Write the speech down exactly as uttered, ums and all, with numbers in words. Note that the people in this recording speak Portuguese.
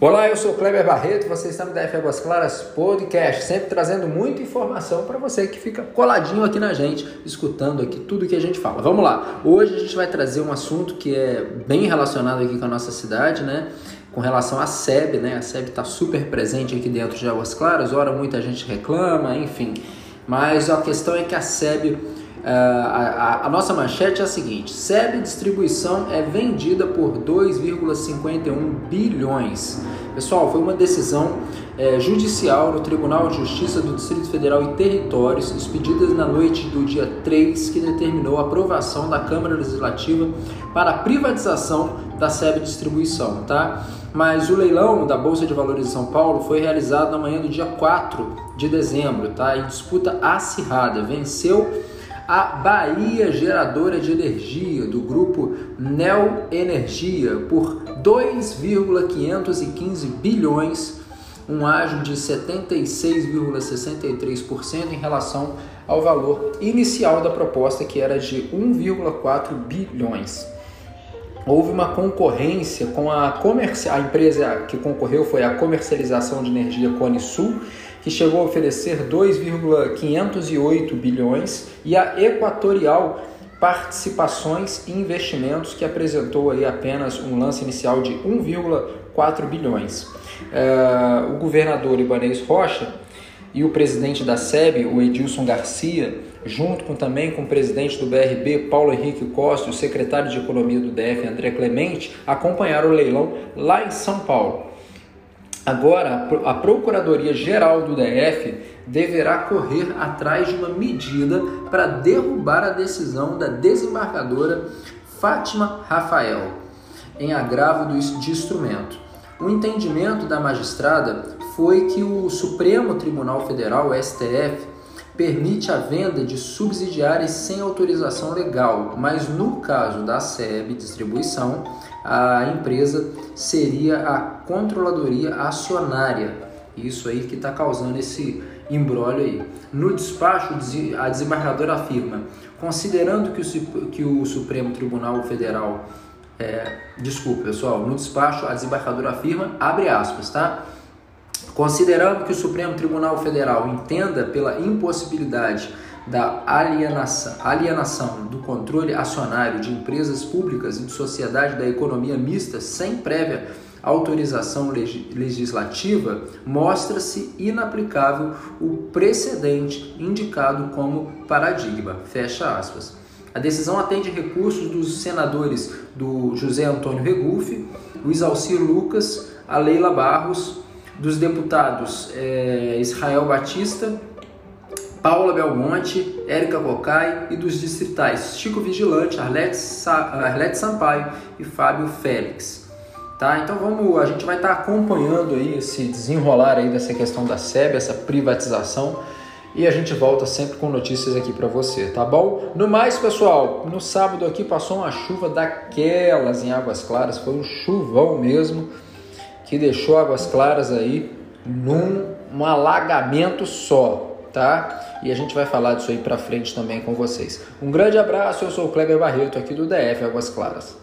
Olá, eu sou o Kleber Barreto, você está no D F Águas Claras Podcast, sempre trazendo muita informação para você que fica coladinho aqui na gente, escutando aqui tudo que a gente fala. Vamos lá, hoje a gente vai trazer um assunto que é bem relacionado aqui com a nossa cidade, né? Com relação à S E B, né? A S E B está super presente aqui dentro de Águas Claras, ora muita gente reclama, enfim. Mas a questão é que a S E B, Uh, a, a, a nossa manchete é a seguinte: S E B Distribuição é vendida por dois vírgula cinquenta e um bilhões. Pessoal, foi uma decisão é, judicial no Tribunal de Justiça do Distrito Federal e Territórios, expedida na noite do dia três, que determinou a aprovação da Câmara Legislativa para a privatização da S E B Distribuição, tá? Mas o leilão da Bolsa de Valores de São Paulo foi realizado na manhã do dia quatro de dezembro, tá? Em disputa acirrada, venceu a Bahia Geradora de Energia, do grupo Neo Energia, por dois vírgula quinhentos e quinze bilhões, um ágio de setenta e seis vírgula sessenta e três por cento em relação ao valor inicial da proposta, que era de um vírgula quatro bilhões. Houve uma concorrência com a comercial, a empresa que concorreu foi a Comercialização de Energia Cone Sul, que chegou a oferecer dois vírgula quinhentos e oito bilhões, e a Equatorial Participações e Investimentos, que apresentou aí apenas um lance inicial de um vírgula quatro bilhões. Uh, o governador Ibanez Rocha e o presidente da S E B, o Edilson Garcia, junto com, também com o presidente do B R B, Paulo Henrique Costa, e o secretário de Economia do D F, André Clemente, acompanharam o leilão lá em São Paulo. Agora, a Procuradoria-Geral do D F deverá correr atrás de uma medida para derrubar a decisão da desembargadora Fátima Rafael, em agravo do, de instrumento. O entendimento da magistrada foi que o Supremo Tribunal Federal, o S T F, permite a venda de subsidiárias sem autorização legal, mas no caso da S E B Distribuição, a empresa seria a controladoria acionária. Isso aí que está causando esse imbróglio aí. No despacho, a desembargadora afirma: considerando que o, que o Supremo Tribunal Federal, é, desculpa pessoal, no despacho a desembargadora afirma, abre aspas, tá? Considerando que o Supremo Tribunal Federal entenda pela impossibilidade da alienação, alienação do controle acionário de empresas públicas e de sociedade da economia mista sem prévia autorização legislativa, mostra-se inaplicável o precedente indicado como paradigma. Fecha aspas. A decisão atende recursos dos senadores do José Antônio Regufe, Luiz Alcir Lucas, a Leila Barros, dos deputados eh, Israel Batista, Paula Belmonte, Érica Cocai, e dos distritais Chico Vigilante, Arlete, Sa- Arlete Sampaio e Fábio Félix. Tá? Então vamos, a gente vai estar acompanhando aí esse desenrolar aí dessa questão da S E B, essa privatização, e a gente volta sempre com notícias aqui para você, tá bom? No mais, pessoal, no sábado aqui passou uma chuva daquelas em Águas Claras, foi um chuvão mesmo, que deixou Águas Claras aí num um alagamento só, tá? E a gente vai falar disso aí pra frente também com vocês. Um grande abraço, eu sou o Kleber Barreto aqui do D F Águas Claras.